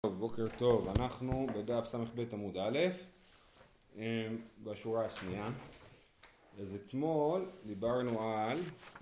בוקר טוב, אנחנו בדף ס"ב עמוד א', בשורה השנייה. אז אתמול דיברנו על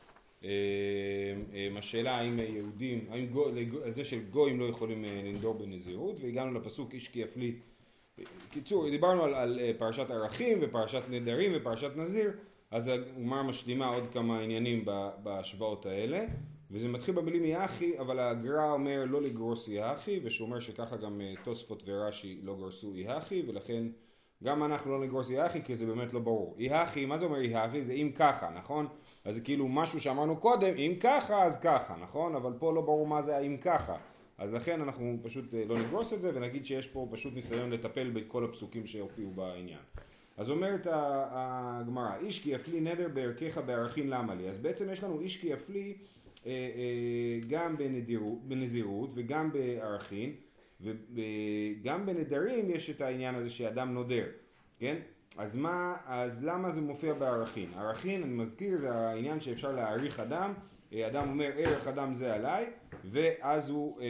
השאלה האם יהודים, זה שגויים לא יכולים לנדור בנזירות, והגענו לפסוק איש כי יפליא. קיצור, דיברנו על פרשת ערכים ופרשת נדרים ופרשת נזיר, אז הגמרא משלימה עוד כמה עניינים בהשוואות האלה. וזה מתחיל במילים יחי, אבל הגר"א אומר לא לגרוס יחי, ושאומר שככה גם תוספות ורש"י לא גרסו יחי, ולכן גם אנחנו לא נגרוס יחי, כי זה באמת לא ברור. יחי, מה זה אומר יחי? זה אם ככה, נכון? אז זה כאילו משהו שאמרנו קודם, אם ככה אז ככה, נכון? אבל פה לא ברור מה זה האם ככה. אז לכן אנחנו פשוט לא נגרוס את זה, ונגיד שיש פה פשוט ניסיון לטפל בכל הפסוקים שהופיעו בעניין. אז אומרת הגמרא, איש כי יפליא נדר בערכך בערכין למה לי? אז בעצם יש לנו איש כי יפליא גם בנזירות וגם בערכין, וגם בנדרים יש את העניין הזה שאדם נודר, כן? אז למה זה מופיע בערכין? ערכין, אני מזכיר, זה העניין שאפשר להעריך אדם, אדם אומר ערך אדם זה עליי, ואז הוא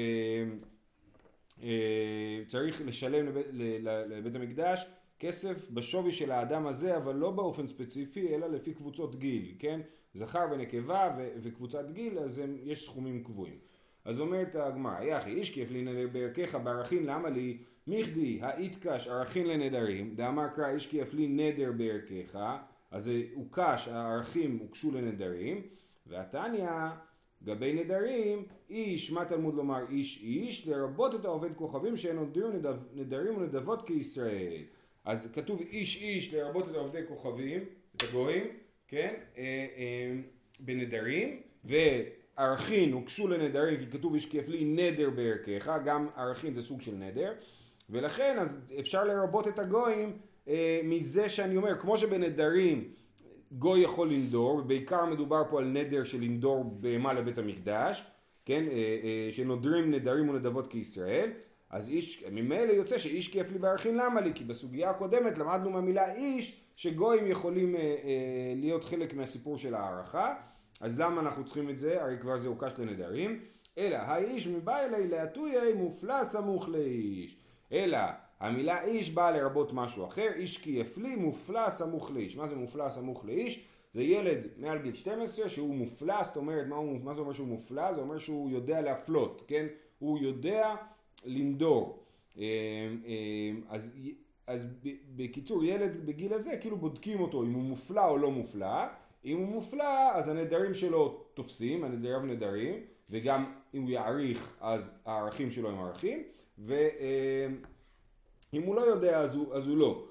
צריך לשלם לבית המקדש כסף בשווי של האדם הזה, אבל לא באופן ספציפי, אלא לפי קבוצות גיל, כן? זכר ונקבה וקבוצת גיל, אז יש סכומים קבועים. אז אומרת הגמרא, יחי, איש כי יפליא נדר בערכך בערכין למה לי? מכדי האיתקש ערכין לנדרים, דאמר קרא איש כי יפליא נדר בערכך, אז הוא קש, הערכים הוקשו לנדרים, והתניא, גבי נדרים, איש, מה תלמוד לומר איש איש, לרבות את העובד כוכבים שאין נודרים נדרים ונדבות כישראל. אז כתוב איש איש לרבות את העובדי כוכבים, את הגויים, כן, בנדרים, וערכין הוקשו לנדרים, כי כתוב איש כי יפליא נדר בערכך, גם ערכין זה סוג של נדר, ולכן אז אפשר לרבות את הגויים מזה שאני אומר, כמו שבנדרים גוי יכול לנדור, ובעיקר מדובר פה על נדר של לנדור בהמה לבית המקדש, כן, שנודרים נדרים ונדבות כישראל, אז ממילא יוצא שאיש כי יפליא בערכין למה לי? כי בסוגיה הקודמת למדנו מהמילה איש שגויים יכולים להיות חלק מהסיפור של הערכה, אז למה אנחנו צריכים את זה? הרי כבר זה הוקש לנדרים. אלא האיש מבא אלי להטויה מופלא סמוך לאיש. אלא המילה איש באה לרבות משהו אחר, איש כי יפליא מופלא סמוך לאיש. מה זה מופלא סמוך לאיש? זה ילד מעל גיל 12 שהוא מופלא, זאת אומרת מה זה אומר שהוא מופלא? זה אומר שהוא יודע להפלות, כן? הוא יודע לנדור. אז בקיצור ילד בגיל הזה כאילו בודקים אותו אם הוא מופלא או לא מופלא. אם הוא מופלא אז הנדרים שלו תופסים, הנדריו נדרים, וגם אם הוא יעריך אז הערכים שלו הם ערכים, ואם הוא לא יודע אז הוא לא.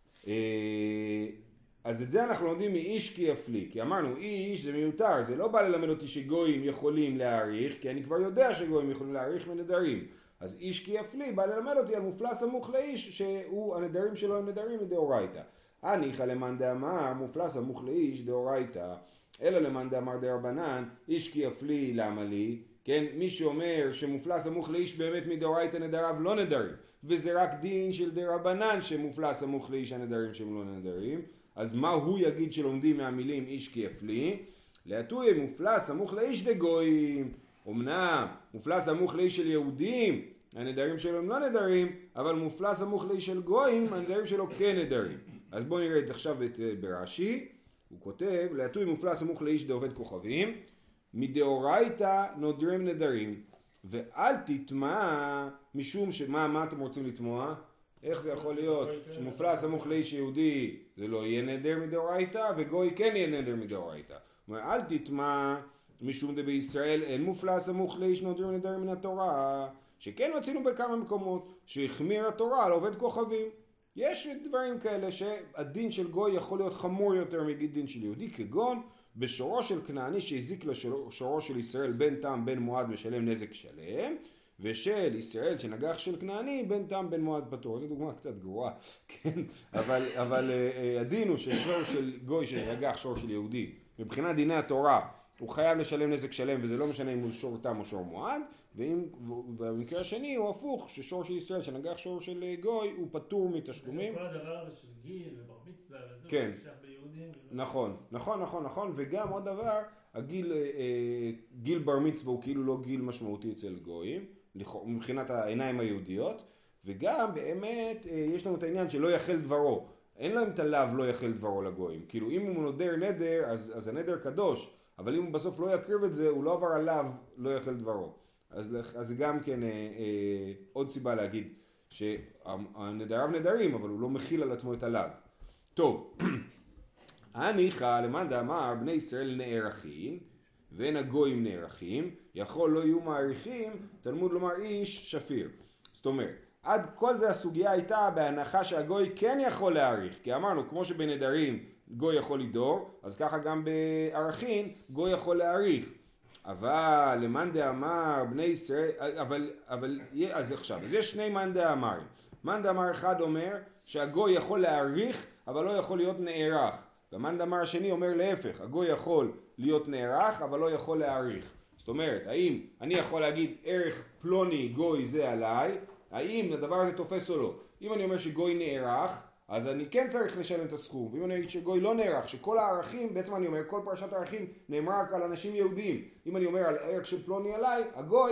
אז את זה אנחנו לומדים מאיש כי יפליא, כי אמרנו איש זה מיותר, זה לא בא ללמד אותי שגויים יכולים להעריך, כי אני כבר יודע שגויים יכולים להעריך מנדרים. אז איש כי יפליא בא ללמד אותי על מופלא סמוך לאיש שהוא הנדרים שלו הם נדרים מדאורייתא. הניחא למאן דאמר מופלא סמוך לאיש דאורייתא, אלא למאן דאמר דרבנן איש כי יפליא למה לי? כן, מי שאומר שמופלא סמוך לאיש באמת מדאורייתא נדריו לא נדרים, וזה רק דין של דרבנן שמופלא סמוך לאיש הנדרים שהם לא נדרים, אז מה הוא יגיד שלומדים מהמילים איש כי יפליא? להטויה מופלא סמוך לאיש דגויים. אמנם מופלא סמוך לאיש של יהודים הנדרים שלו הם לא נדרים, אבל מופלא סמוך לאיש של גויים הנדרים שלו כן נדרים. אז בואו נראה עכשיו ברש"י, הוא כותב להטויה מופלא סמוך לאיש דעובד כוכבים, מדאורייתא נודרים נדרים, ואל תטמע משום מה אתם רוצים לטמוע? איך זה יכול להיות שמופלא סמוך לאיש יהודי זה לא יהיה נדר מדאורייתא וגוי כן יהיה נדר מדאורייתא? אל תטמע משום דבישראל אין מופלא סמוך לאיש נודרים נדרים מן התורה, שכן מצינו בכמה מקומות שהחמיר התורה על עובד כוכבים. יש דברים כאלה שהדין של גוי יכול להיות חמור יותר מדין של יהודי, כגון בשורו של כנעני שהזיק לשורו של ישראל בין תם בין מועד משלם נזק שלם, ושל ישראל שנגח של כנעני בין תם בין מועד פטור. זו דוגמה קצת גרועה, כן? אבל הדין הוא ששור של גוי שנגח שור של יהודי מבחינת דיני התורה הוא חייב לשלם נזק שלם, וזה לא משנה אם הוא שור תם או שור מועד, ובמקרה השני הוא הפוך, ששור של ישראל שנגח שור של גוי הוא פטור מתשלומים. כל הדבר הזה של גיל ובר מצווה וזה, כן. שייך ביהודים. נכון, וגם עוד דבר, גיל בר מצווה הוא כאילו לא גיל משמעותי אצל גויים, מבחינת העיניים היהודיות, וגם באמת יש לנו את העניין שלא יחל דברו. אין להם את הלאו לא יחל דברו לגויים. כאילו אם הוא נודר נדר, אז הנדר קדוש, אבל אם הוא בסוף לא יקריב את זה, הוא לא עבר עליו לא יחל דברו. אז זה גם כן עוד סיבה להגיד שהנדריו נדרים, אבל הוא לא מכיל על עצמו את הלאו. טוב, הניחא למאן דאמר בני ישראל נערכים, ואין הגויים נערכים, יכול לא יהיו מעריכים, תלמוד לומר איש שפיר. זאת אומרת, עד כל זה הסוגיה הייתה בהנחה שהגוי כן יכול להעריך, כי אמרנו כמו שבנדרים גוי יכול לדור, אז ככה גם בערכין גוי יכול להעריך. אבל למאן דאמר בני ישראל, אז עכשיו, אז יש שני מאן דאמרים. מאן דאמר אחד אומר שהגוי יכול להעריך, אבל לא יכול להיות נערך. ומאן דאמר השני אומר להפך, הגוי יכול להיות נערך, אבל לא יכול להעריך. זאת אומרת, האם אני יכול להגיד ערך פלוני גוי זה עליי, האם הדבר הזה תופס או לא? אם אני אומר שגוי נערך, אז אני כן צריך לשלם את הסכום. ואם אני אומר שגוי לא נערך, שכל הערכים, בעצם אני אומר, כל פרשת הערכים נאמר רק על אנשים יהודים. אם אני אומר על ערך של פלוני עליי, הגוי,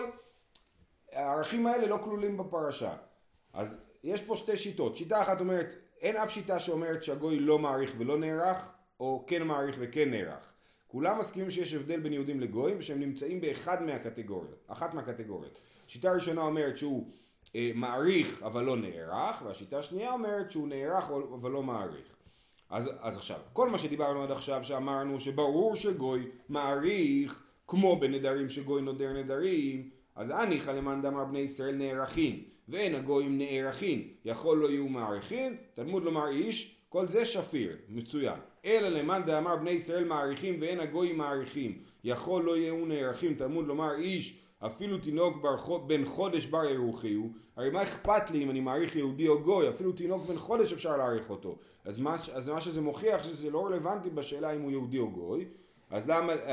הערכים האלה לא כלולים בפרשה. אז יש פה שתי שיטות. שיטה אחת אומרת, אין אף שיטה שאומרת שהגוי לא מעריך ולא נערך, או כן מעריך וכן נערך. כולם מסכימים שיש הבדל בין יהודים לגויים, ושהם נמצאים באחת מהקטגוריות. השיטה הראשונה אומרת שהוא מעריך אבל לא נערך, והשיטה השנייה אומרת שהוא נערך אבל לא מעריך. אז עכשיו, כל מה שדיברנו עד עכשיו שאמרנו שברור שגוי מעריך כמו בנדרים שגוי נודר נדרים, אז הניחא למאן דאמר בני ישראל נערכים ואין הגויים נערכים, יכול לא יהיו מעריכים, תלמוד לומר איש, כל זה שפיר, מצוין. אלא למאן דאמר בני ישראל מעריכים ואין הגויים מעריכים, יכול לא יהיו נערכים, תלמוד לומר איש, אפילו תינוק בן חודש בר ירוכי הוא, הרי מה אכפת לי אם אני מעריך יהודי או גוי, אפילו תינוק בן חודש אפשר להעריך אותו. אז מה שזה מוכיח שזה לא רלוונטי בשאלה אם הוא יהודי או גוי. אז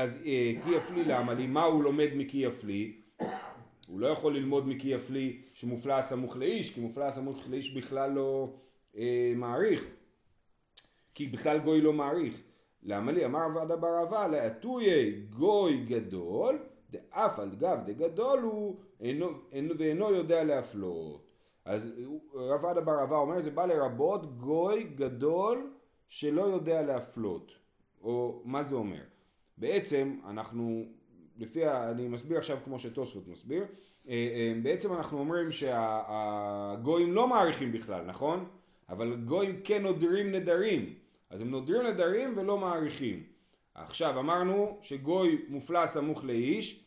כי יפלי למה לי, מה הוא לומד מכי יפלי? הוא לא יכול ללמוד מכי יפלי שמופלא סמוך לאיש, כי מופלא סמוך לאיש בכלל לא מעריך, כי בכלל גוי לא מעריך. למה לי? אמר ועדה ברבה, לאתויה גוי גדול, דאף על גב דגדול הוא ואינו יודע להפלות. אז רב עדה ברבה אומר, זה בא לרבות גוי גדול שלא יודע להפלות. או מה זה אומר? בעצם אנחנו, אני מסביר עכשיו כמו שתוספות מסביר, בעצם אנחנו אומרים שהגויים לא מעריכים בכלל, נכון? אבל גויים כן נודרים נדרים. אז הם נודרים נדרים ולא מעריכים. עכשיו אמרנו שגוי מופלא סמוך לאיש,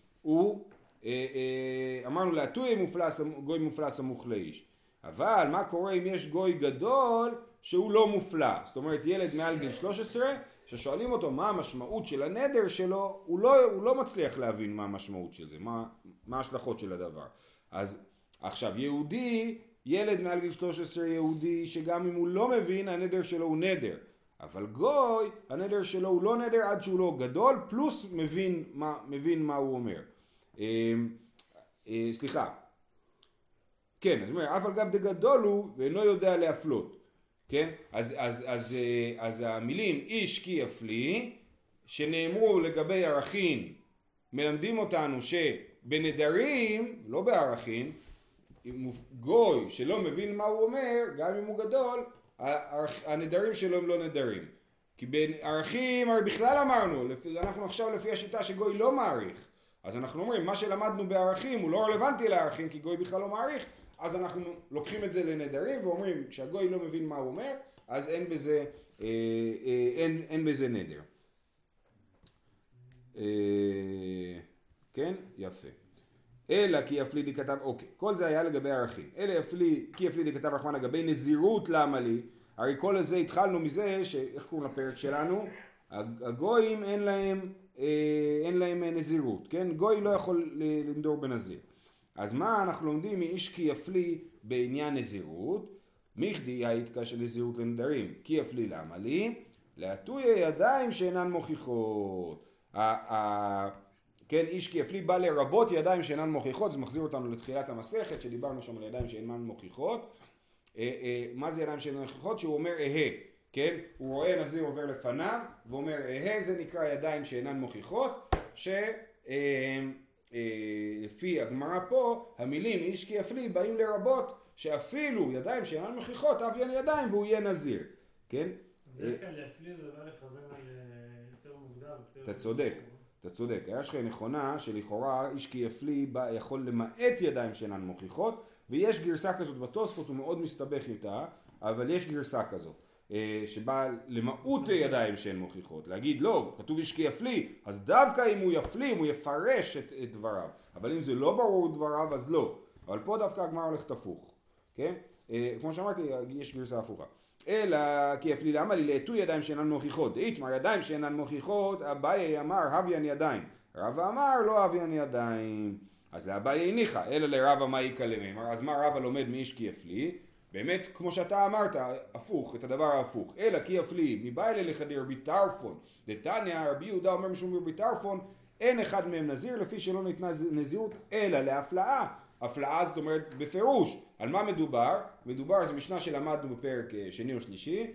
אמרנו להטוי גוי מופלא סמוך לאיש. אבל מה קורה אם יש גוי גדול שהוא לא מופלא? זאת אומרת ילד מעל גיל 13 ששואלים אותו מה המשמעות של הנדר שלו, הוא לא מצליח להבין מה המשמעות של זה, מה ההשלכות של הדבר. אז עכשיו יהודי, ילד מעל גיל 13 יהודי שגם אם הוא לא מבין הנדר שלו הוא נדר. אבל גוי, הנדר שלו הוא לא נדר עד שהוא לא גדול, פלוס מבין מה הוא אומר. סליחה. כן, זאת אומרת, אף על גב דגדול הוא ואינו יודע להפלות. כן? אז המילים איש כי יפלי, שנאמרו לגבי ערכים, מלמדים אותנו שבנדרים, לא בערכים, גוי שלא מבין מה הוא אומר, גם אם הוא גדול, הנדרים שלו הם לא נדרים. כי בערכים הרי בכלל אמרנו, אנחנו עכשיו לפי השיטה שגוי לא מעריך. אז אנחנו אומרים, מה שלמדנו בערכים הוא לא רלוונטי לערכים כי גוי בכלל לא מעריך, אז אנחנו לוקחים את זה לנדרים ואומרים, כשהגוי לא מבין מה הוא אומר, אז אין בזה נדר. כן? יפה. אלא כי יפלי דכתב, אוקיי, כל זה היה לגבי ערכים. אלא כי יפלי דכתב רחמן לגבי נזירות למה לי, הרי כל הזה התחלנו מזה, איך קוראים לפרק שלנו? הגויים אין להם נזירות, כן? גוי לא יכול לנדור בנזיר. אז מה אנחנו לומדים מאיש כי יפלי בעניין נזירות? מכדי ההתקה של נזירות לנדרים. כי יפלי למה לי? להטוי ידיים שאינן מוכיחות. כן, איש כי יפלי בא לרבות ידיים שאינן מוכיחות, זה מחזיר אותנו לתחילת המסכת שדיברנו שם על ידיים שאינן מוכיחות. מה זה ידיים שאינן מוכיחות? שהוא אומר כן? הוא רואה נזיר עובר לפניו ואומר זה נקרא ידיים שאינן מוכיחות, לפי הגמרא פה, המילים איש כי יפלי באים לרבות שאפילו ידיים שאינן מוכיחות אף ין ידיים והוא יהיה נזיר, כן? זה כאן להפלי זה בא לכוון על יותר מוקדם. אתה צודק, אתה צודק. היה שלך נכונה שלכאורה איש כי יפלי יכול למעט ידיים שאינן מוכיחות, ויש גרסה כזאת בתוספות, הוא מאוד מסתבך איתה, אבל יש גרסה כזאת. שבא למעוט ידיים שהן מוכיחות, להגיד לא, כתוב איש כי יפלי, אז דווקא אם הוא יפלי, אם הוא יפרש את דבריו, אבל אם זה לא ברור דבריו אז לא, אבל פה דווקא הגמרא הולכת הפוך, כן? כמו שאמרתי, יש גרסה הפוכה. אלא כי יפלי למה לי לעטו ידיים שאינן מוכיחות, דאיתמר ידיים שאינן מוכיחות, אביי אמר הביין ידיים, רבא אמר לא הביין ידיים, אז לאביי הניחה, אלא לרבא מה יקלם, אז מה רבא לומד מאיש כי יפלי? באמת, כמו שאתה אמרת, הפוך, את הדבר ההפוך. אלא כי יפלי, מבעי אליך דרבי טרפון, דתניא, רבי יהודה אומר משום רבי טרפון, אין אחד מהם נזיר לפי שלא ניתנה נזירות, אלא להפלאה. הפלאה זאת אומרת בפירוש. על מה מדובר? מדובר, זו משנה שלמדנו בפרק שני או שלישי,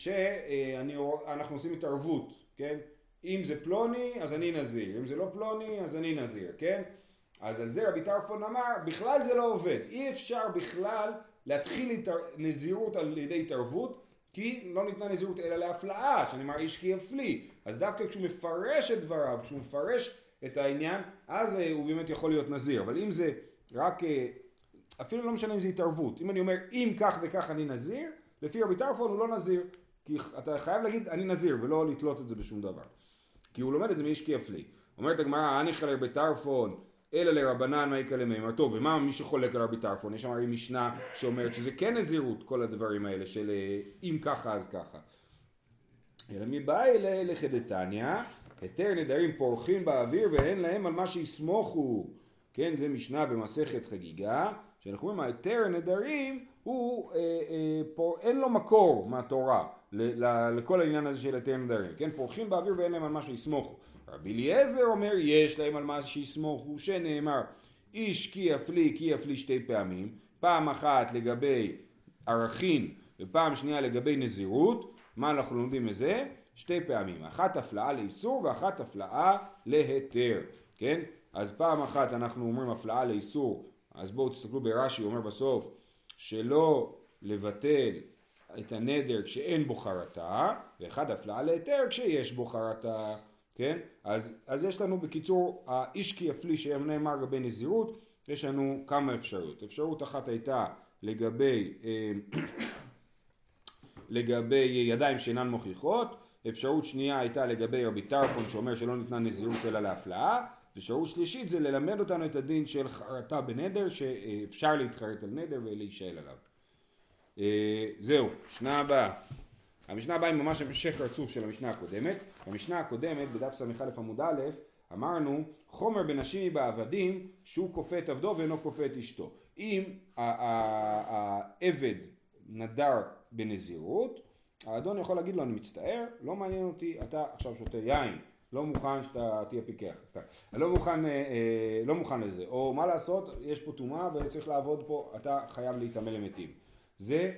שאנחנו עושים התערבות, כן? אם זה פלוני, אז אני נזיר. אם זה לא פלוני, אז אני נזיר, כן? אז על זה רבי טרפון אמר, בכלל זה לא עובד. אי אפשר בכלל להתחיל נזירות על ידי התערבות, כי לא ניתנה נזירות אלא להפלאה, שאני אומר איש כי יפלי. אז דווקא כשהוא מפרש את דבריו, כשהוא מפרש את העניין, אז הוא באמת יכול להיות נזיר. אבל אם זה רק, אפילו לא משנה אם זה התערבות. אם אני אומר, אם כך וכך אני נזיר, לפי רבי טרפון הוא לא נזיר. כי אתה חייב להגיד, אני נזיר, ולא לתלות את זה בשום דבר. כי הוא לומד את זה מאיש כי יפלי. אומרת הגמרא, אני חלק בטרפון, אלא לרבנן מה יקלה מהם. טוב, ומה מי שחולק על רבי טרפון? יש אמרי משנה שאומרת שזה כן נזירות, כל הדברים האלה של אם ככה אז ככה. אלא מבאי לכדתניא, היתר נדרים פורחים באוויר ואין להם על מה שיסמוכו. כן, זה משנה במסכת חגיגה, שאנחנו אומרים, היתר נדרים הוא, אין לו מקור מהתורה לכל העניין הזה של היתר נדרים. כן, פורחים באוויר ואין להם על מה שיסמוכו. רבי אליעזר אומר יש להם על מה שיסמוכו, שנאמר איש כי יפלי שתי פעמים, פעם אחת לגבי ערכין ופעם שנייה לגבי נזירות. מה אנחנו לומדים מזה? שתי פעמים, אחת הפלאה לאיסור ואחת הפלאה להיתר, כן? אז פעם אחת אנחנו אומרים הפלאה לאיסור, אז בואו תסתכלו ברש"י, הוא אומר בסוף שלא לבטל את הנדר כשאין בו חרטה, ואחד הפלאה להיתר כשיש בו חרטה. כן? אז יש לנו בקיצור, האיש כי יפלי שנאמר לגבי נזירות, יש לנו כמה אפשרויות. אפשרות אחת הייתה לגבי ידיים שאינן מוכיחות, אפשרות שנייה הייתה לגבי רבי טרפון שאומר שלא ניתנה נזירות אלא להפלאה, ואפשרות שלישית זה ללמד אותנו את הדין של חרטה בנדר, שאפשר להתחרט על נדר ולהישאל עליו. זהו, שנה הבאה. המשנה הבאה היא ממש המשך רצוף של המשנה הקודמת. במשנה הקודמת, בדף ס"א עמוד א', אמרנו חומר בנשים בעבדים שהוא כופה את עבדו ואינו כופה את אשתו. אם העבד נדר בנזירות, האדון יכול להגיד לו אני מצטער, לא מעניין אותי, אתה עכשיו שותה יין, לא מוכן שאתה תהיה פיקח, אני לא מוכן לזה, או מה לעשות, יש פה טומאה וצריך לעבוד פה, אתה חייב להתאמן למתים. זה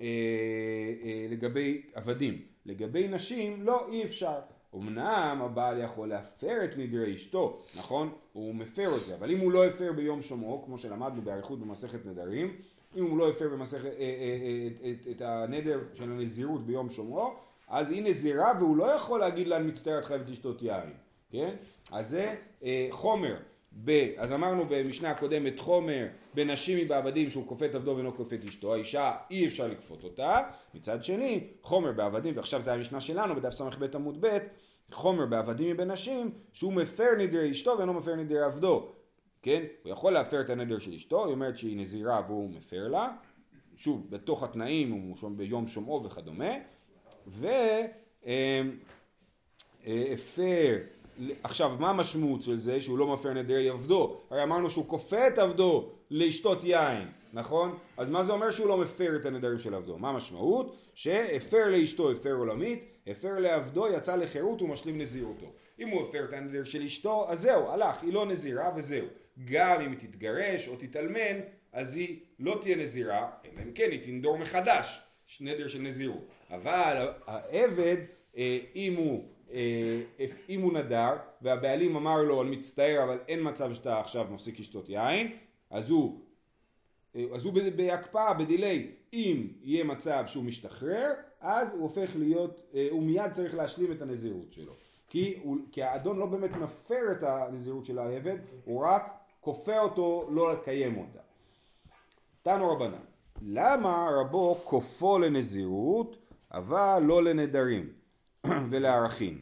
לגבי עבדים. לגבי נשים לא, אי אפשר. אמנם הבעל יכול להפר את נדרי אשתו, נכון? הוא מפר את זה, אבל אם הוא לא הפר ביום שומעו, כמו שלמדנו באריכות במסכת נדרים, אם הוא לא הפר את הנדר של הנזירות ביום שומעו, אז היא נזירה והוא לא יכול להגיד לה אני מצטער את חייבת לשתות יין, כן? אז זה חומר. אז אמרנו במשנה הקודמת חומר בנשים מבעבדים שהוא כופה את עבדו ואינו כופה את אשתו, האישה אי אפשר לכפות אותה. מצד שני חומר בעבדים, ועכשיו זה המשנה שלנו בדף ס"ב עמוד ב', חומר בעבדים מבנשים שהוא מפר נדרי אשתו ואינו מפר נדרי עבדו, כן? הוא יכול להפר את הנדר של אשתו, היא אומרת שהיא נזירה והוא מפר לה, שוב בתוך התנאים, הוא ביום שומעו וכדומה, והפר. עכשיו, מה המשמעות של זה שהוא לא מפר נדרי עבדו? הרי אמרנו שהוא כופה את עבדו לשתות יין, נכון? אז מה זה אומר שהוא לא מפר את הנדרים של עבדו? מה המשמעות? שהפר לאשתו הפר עולמית, הפר לעבדו יצא לחירות ומשלים נזירותו. אם הוא הפר את הנדר של אשתו, אז זהו, הלך, היא לא נזירה וזהו. גם אם היא תתגרש או תתאלמן, אז היא לא תהיה נזירה, אלא אם כן היא תנדור מחדש, נדר של נזירות. אבל העבד, אם הוא אם הוא נדר והבעלים אמר לו אני מצטער אבל אין מצב שאתה עכשיו מפסיק לשתות יין, אז הוא בהקפאה, בדילי, אם יהיה מצב שהוא משתחרר, אז הוא הופך להיות, הוא מיד צריך להשלים את הנזירות שלו. כי האדון לא באמת מפר את הנזירות של העבד, הוא רק כופה אותו לא לקיים אותה. תנו רבנן, למה רבו כופו לנזירות, אבל לא לנדרים ולערכים?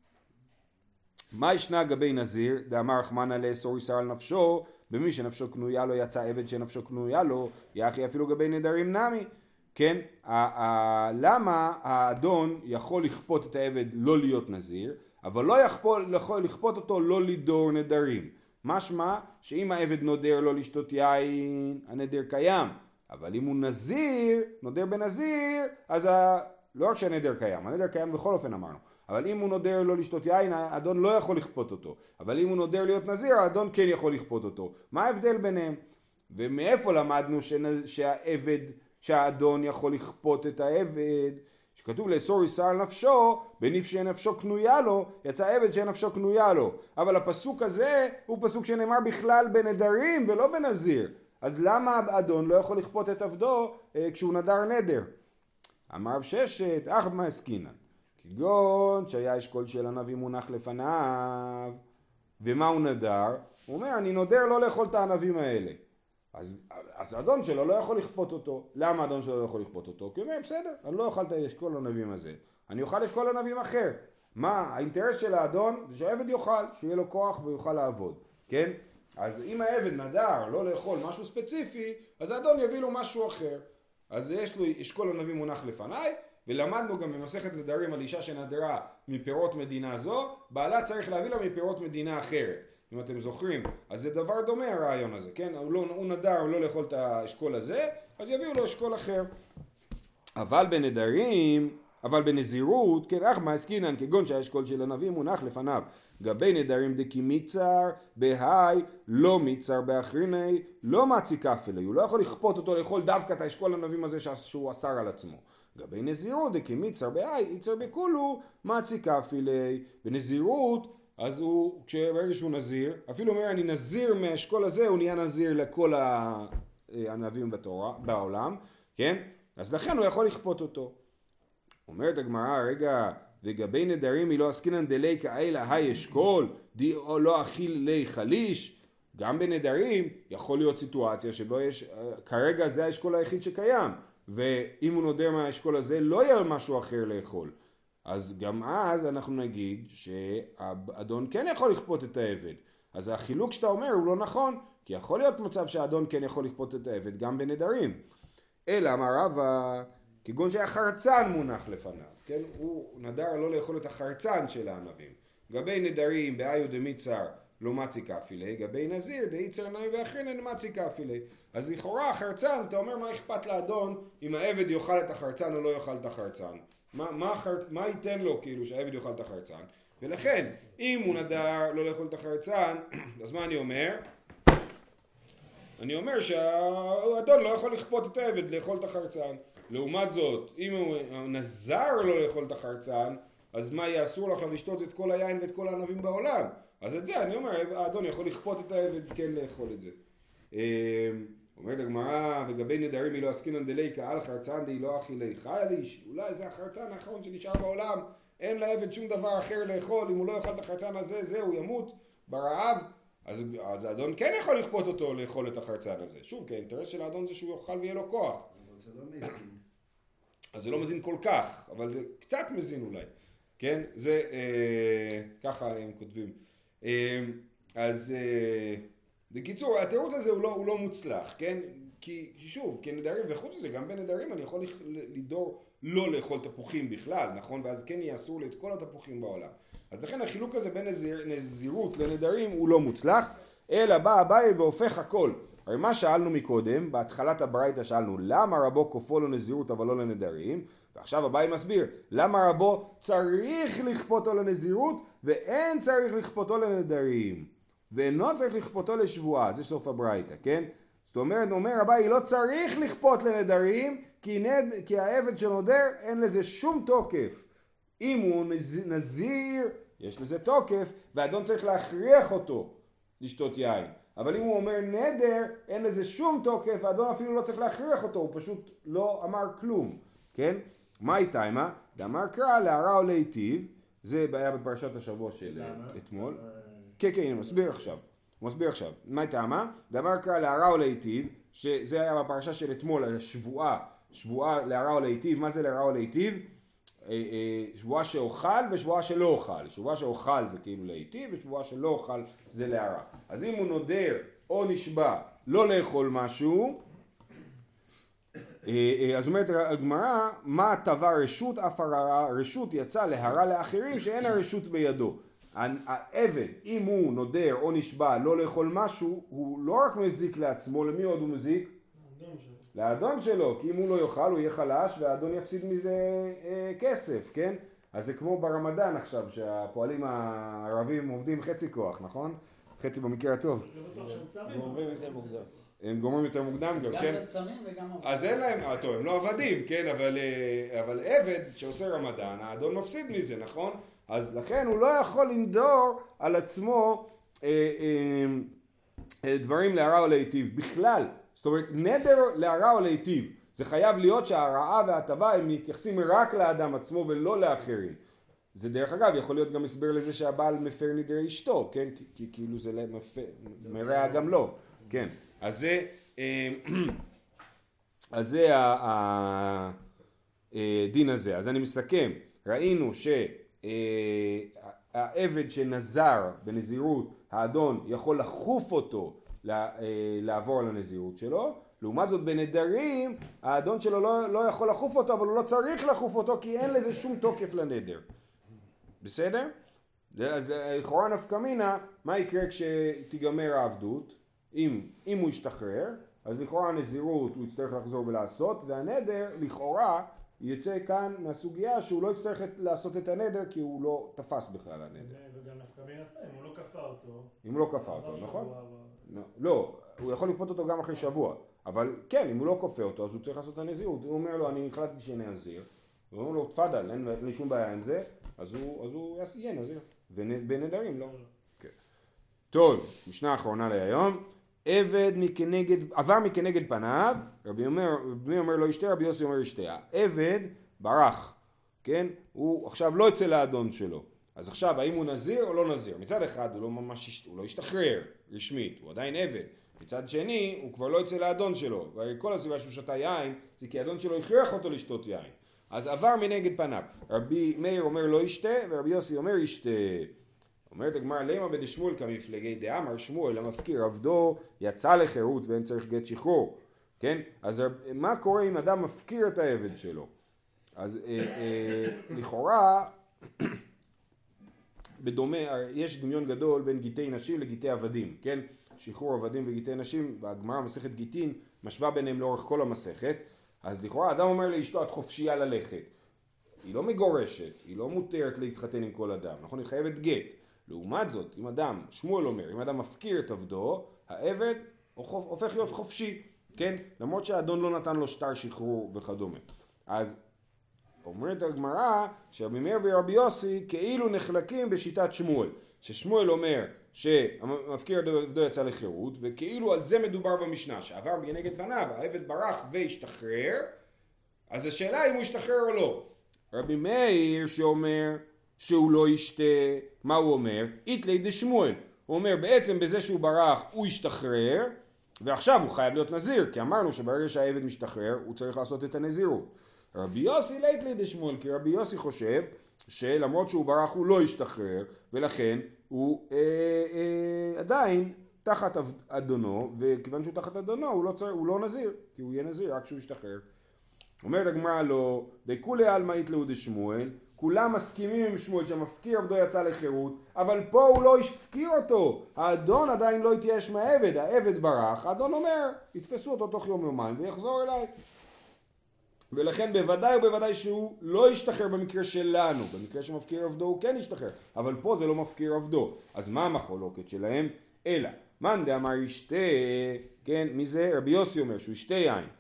מה ישנה גבי נזיר, דאמר רחמנא לאסור איסר על נפשו, במי שנפשו קנויה לו יצא עבד שנפשו קנויה לו, יחי אפילו גבי נדרים נמי. כן, למה האדון יכול לכפות את העבד לא להיות נזיר, אבל לא יכול לכפות אותו לא לדור נדרים? משמע שאם העבד נודר לא לשתות יין, הנדר קיים, אבל אם הוא נזיר, נודר בנזיר, אז לא רק שהנדר קיים, הנדר קיים בכל אופן אמרנו, אבל אם הוא נודר לא לשתות יין, האדון לא יכול לכפות אותו, אבל אם הוא נודר להיות נזיר, האדון כן יכול לכפות אותו. מה ההבדל ביניהם? ומאיפה למדנו שהאדון יכול לכפות את העבד? שכתוב לאסור איסר על נפשו, בנפשי נפשו קנויה לו, יצא עבד שנפשו קנויה לו. אבל הפסוק הזה הוא פסוק שנאמר בכלל בנדרים ולא בנזיר. אז למה האדון לא יכול לכפות את עבדו כשהוא נדר נדר? אמר רב ששת, אך מה עסקינן? כגון שהיה אשכול של הנביא מונח לפניו, ומה הוא נדר? הוא אומר אני נודר לא לאכול את הענבים האלה. אז האדון שלו לא יכול לכפות אותו. למה האדון שלו לא יכול לכפות אותו? כי הוא אומר בסדר, אני לא אוכל את אשכול הנביאים הזה, אני אוכל אשכול הנביאים אחר. מה האינטרס של האדון? זה שהעבד יאכל, שיהיה לו כוח ויוכל לעבוד, כן? אז אם העבד נדר לא לאכול משהו ספציפי, אז האדון יביא לו משהו אחר. אז יש לו אשכול הנביא מונח לפניי, ולמדנו גם במסכת נדרים על אישה שנדרה מפירות מדינה זו, בעלה צריך להביא לה מפירות מדינה אחרת. אם אתם זוכרים, אז זה דבר דומה הרעיון הזה, כן? הוא נדר לא לאכול את האשכול הזה, אז יביאו לו אשכול אחר. אבל בנזירות, כן, אך מה עסקינן, כגון שהאשכול של הנביא מונח לפניו. גבי נדרים דקי מיצר, בהי, לא מיצר, באחריני, לא מצי כפלי. הוא לא יכול לכפות אותו לאכול דווקא את האשכול הנביאים הזה שהוא אסר על עצמו. גבי נזירות דקי מיצר, בהי, יצר בכולו, מצי כפלי. בנזירות, אז הוא, ברגע שהוא נזיר, אפילו אומר אני נזיר מהאשכול הזה, הוא נהיה נזיר לכל הענבים בעולם, כן? אז לכן הוא יכול לכפות אותו. אומרת הגמרא, רגע, וגבי נדרים היא לא עסקינן דלי כאלה היי אשכול, די או לא אכיל לי חליש. גם בנדרים יכול להיות סיטואציה שבו יש, כרגע זה האשכול היחיד שקיים, ואם הוא נודר מהאשכול הזה לא יהיה משהו אחר לאכול. אז גם אז אנחנו נגיד שהאדון כן יכול לכפות את העבד. אז החילוק שאתה אומר הוא לא נכון, כי יכול להיות מצב שהאדון כן יכול לכפות את העבד גם בנדרים. אלא אמר רבא, כגון שהחרצן מונח לפניו, כן? הוא נדר לא לאכול את החרצן של הענבים. גבי נדרים באיו דמיצר לא מצי כפילי, גבי נזיר דאיצר נאי ואחרין אין מצי כפילי. אז לכאורה החרצן, אתה אומר מה אכפת לאדון אם העבד יאכל את החרצן או לא יאכל את החרצן? מה ייתן לו כאילו שהעבד יאכל את החרצן? ולכן אם הוא נדר לא לאכול את החרצן, אז מה אני אומר? אני אומר שהאדון לא יכול לכפות את העבד לאכול את החרצן. לעומת זאת, אם הוא נזר לא לאכול את החרצן, אז מה יהיה אסור לכם לשתות את כל היין ואת כל הענבים בעולם? אז את זה אני אומר, האדון יכול לכפות את העבד כן לאכול את זה. אומרת הגמרא, וגבי נדרים היא לא עסקינן דלי קהל חרצן די לא אכילי חייליש. אולי זה החרצן האחרון שנשאר בעולם, אין לעבד שום דבר אחר לאכול, אם הוא לא יאכל את החרצן הזה, זהו, ימות ברעב. אז האדון כן יכול לכפות אותו לאכול את החרצן הזה. שוב, כי האינטרס של האדון זה שהוא יאכל ויהיה לו כוח. אבל זה לא מזין. אז זה לא מזין כל כך, אבל זה קצת מזין אולי. כן? זה, ככה הם כותבים. אז בקיצור, התירוץ הזה הוא לא מוצלח, כן? כי שוב, כנדרים, וחוץ לזה, גם בנדרים אני יכול לדור לא לאכול תפוחים בכלל, נכון? ואז כן יאסור לי את כל התפוחים בעולם. אז לכן החילוק הזה בין נזירות לנדרים הוא לא מוצלח, אלא בא אביי והופך הכל. הרי מה שאלנו מקודם, בהתחלת הברייתא שאלנו, למה רבו כופו לו נזירות אבל לא לנדרים? ועכשיו אביי מסביר, למה רבו צריך לכפותו לנזירות ואין צריך לכפותו לנדרים? ואינו צריך לכפותו לשבועה, זה סוף הברייתא, כן? זאת אומרת, אומר אביי, לא צריך לכפות לנדרים, כי העבד שנודר אין לזה שום תוקף. אם הוא נזיר, יש לזה תוקף, והאדון צריך להכריח אותו לשתות יין. אבל אם הוא אומר נדר, אין לזה שום תוקף, האדון אפילו לא צריך להכריח אותו, הוא פשוט לא אמר כלום, כן? מה איתה, מה? דאמר קרא להרע או להיטיב, זה היה בפרשת השבוע של אתמול. כן, אני מסביר עכשיו. הוא מסביר עכשיו. מה איתה, מה? דאמר קרא להרע או להיטיב, שזה היה בפרשה של אתמול, שבועה להרע או להיטיב. מה זה להרע או להיטיב? שבועה שאוכל ושבועה שלא אוכל. שבועה שאוכל זה כאילו להיטיב, ושבועה שלא אוכל זה להרע. אז אם הוא נודר או נשבע לא לאכול משהו, אז אומרת הגמרא, מה טבע רשות אף הרע, רשות יצא להרע לאחרים שאין הרשות בידו. העבד, אם הוא נודר או נשבע לא לאכול משהו, הוא לא רק מזיק לעצמו, למי עוד הוא מזיק? לאדון שלו, כי אם הוא לא יאכל הוא יהיה חלש והאדון יפסיד מזה כסף, כן? אז זה כמו ברמדאן עכשיו, שהפועלים הערבים עובדים חצי כוח, נכון? חצי במקרה הטוב. הם גומרים יותר מוקדם גם, כן? גם לצמים וגם עובדים. אז אין להם, טוב, הם לא עבדים, כן? אבל עבד שעושה רמדאן, האדון מפסיד מזה, נכון? אז לכן הוא לא יכול לנדור על עצמו דברים להרע או להיטיב בכלל. זאת אומרת, נדר להרע או להיטיב. זה חייב להיות שההרעה וההטבה הם מתייחסים רק לאדם עצמו ולא לאחרים. זה דרך אגב, יכול להיות גם הסבר לזה שהבעל מפר נדר אשתו, כן? כי כאילו זה מרע גם לא, כן? אז זה הדין הזה. אז אני מסכם, ראינו שהעבד שנזר בנזירות, האדון יכול לחוף אותו לעבור על הנזירות שלו, לעומת זאת בנדרים האדון שלו לא יכול לחוף אותו, אבל הוא לא צריך לחוף אותו כי אין לזה שום תוקף לנדר. בסדר? אז לכאורה נפקא מינה, מה יקרה כשתיגמר העבדות? אם הוא ישתחרר, אז לכאורה הנזירות הוא יצטרך לחזור ולעשות, והנדר לכאורה יצא כאן מהסוגיה שהוא לא יצטרך לעשות את הנדר כי הוא לא תפס בכלל הנדר. וגם נפקא מינה סתם, אם הוא לא כפה אותו. אם הוא לא כפה אותו, נכון? לא, הוא יכול לכפות אותו גם אחרי שבוע, אבל כן, אם הוא לא כופה אותו אז הוא צריך לעשות את הנזירות. הוא אומר לו, אני החלטתי שנזיר, הוא אומר לו, תפדל, אין לי שום בעיה עם זה, אז הוא יהיה נזיר, ובנדרים לא. טוב, משנה האחרונה להיום. עבד עבר מכנגד פניו, רבי אומר לא ישתה, רבי יוסי אומר ישתה. עבד ברח, כן? הוא עכשיו לא יצא לאדון שלו. אז עכשיו, האם הוא נזיר או לא נזיר? מצד אחד הוא לא ישתחרר רשמית, הוא עדיין עבד. מצד שני, הוא כבר לא יצא לאדון שלו. וכל הסיבה שהוא שתה יין, זה כי האדון שלו הכריח אותו לשתות יין. אז עבר מנגד פניו. רבי מאיר אומר לא ישתה, ורבי יוסי אומר ישתה. אומרת הגמרא, למה בדשמואל כמפלגי דאמר שמואל המפקיר עבדו יצא לחירות ואין צריך גט שחרור, כן? אז מה קורה אם אדם מפקיר את העבד שלו? אז לכאורה בדומה, יש דמיון גדול בין גיטי נשים לגיטי עבדים, כן? שחרור עבדים וגיטי נשים, והגמרא מסכת גיטין משווה ביניהם לאורך כל המסכת. אז לכאורה אדם אומר לאשתו את חופשייה ללכת, היא לא מגורשת, היא לא מותרת להתחתן עם כל אדם, נכון? היא חייבת גט. לעומת זאת, אם אדם, שמואל אומר, אם אדם מפקיר את עבדו, העבד הופך להיות חופשי, כן? למרות שהאדון לא נתן לו שטר שחרור וכדומה. אז אומרת הגמרא שרבי מאיר ורבי יוסי כאילו נחלקים בשיטת שמואל. ששמואל אומר שמפקיר את עבדו יצא לחירות, וכאילו על זה מדובר במשנה, שעבר כנגד פניו, העבד ברח והשתחרר, אז השאלה אם הוא השתחרר או לא. רבי מאיר שאומר שהוא לא ישתה, מה הוא אומר? איתלי דשמואל. הוא אומר בעצם בזה שהוא ברח הוא ישתחרר, ועכשיו הוא חייב להיות נזיר, כי אמרנו שברגע שהעבד משתחרר הוא צריך לעשות את הנזירות. רבי יוסי ליתלי דשמואל, כי רבי יוסי חושב שלמרות שהוא ברח הוא לא ישתחרר, ולכן הוא עדיין תחת אדונו, וכיוון שהוא תחת אדונו הוא לא נזיר, כי הוא יהיה נזיר רק כשהוא ישתחרר. אומרת הגמרא לו, דכולי עלמא איתלהו דשמואל, כולם מסכימים עם שמואל שהמפקיר עבדו יצא לחירות, אבל פה הוא לא יפקיר אותו, האדון עדיין לא התייאש מהעבד, העבד ברח, האדון אומר, יתפסו אותו תוך יום יומיים ויחזור אליי. ולכן בוודאי ובוודאי שהוא לא ישתחרר במקרה שלנו, במקרה שמפקיר עבדו הוא כן ישתחרר, אבל פה זה לא מפקיר עבדו. אז מה המחלוקת שלהם? אלא, מאן דאמר ישתה, כן, מי זה? רבי יוסי אומר שהוא ישתה יין.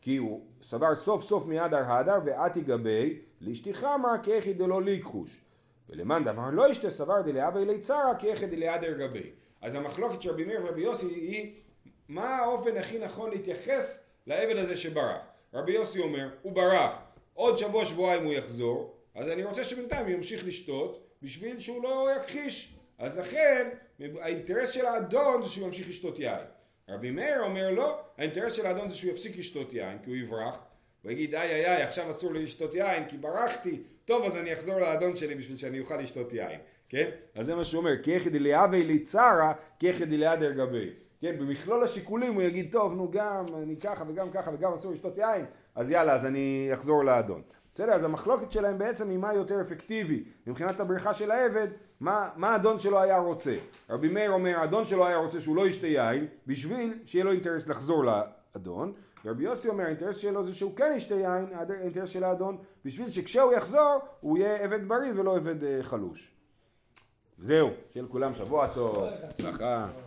כי הוא סבר סוף סוף מיד הדר ועתי גבי לאשתי חמרה כאחי דלא ליכחוש. ולמאן דבר לא ישתה סבר דלהווי ליצרה כאחי דליהדר גבי. אז המחלוקת של רבי מאיר ורבי יוסי היא מה האופן הכי נכון להתייחס לעבד הזה שברח. רבי יוסי אומר, הוא ברח, עוד שבוע-שבועיים הוא יחזור, אז אני רוצה שבינתיים ימשיך לשתות בשביל שהוא לא יכחיש. אז לכן האינטרס של האדון זה שהוא ימשיך לשתות יין. רבי מאיר אומר לא, האינטרס של האדון זה שהוא יפסיק לשתות יין כי הוא יברח ויגיד איי עכשיו אסור לי לשתות יין כי ברחתי, טוב אז אני אחזור לאדון שלי בשביל שאני אוכל לשתות יין, כן? אז זה מה שהוא אומר, כאחי דליהווי ליצרה כאחי דליהדר גבי, כן? במכלול השיקולים הוא יגיד טוב נו גם אני ככה וגם אסור לשתות יין, אז יאללה אז אני אחזור לאדון. בסדר, אז המחלוקת שלהם בעצם היא מה יותר אפקטיבי מבחינת הבריחה של העבד, מה האדון שלו היה רוצה. רבי מאיר אומר, האדון שלו היה רוצה שהוא לא ישתה יין בשביל שיהיה לו אינטרס לחזור לאדון, ורבי יוסי אומר, האינטרס שלו זה שהוא כן ישתה יין, האינטרס של האדון, בשביל שכשהוא יחזור הוא יהיה עבד בריא ולא עבד חלוש. זהו, שיהיה לכולם שבוע טוב, הצלחה.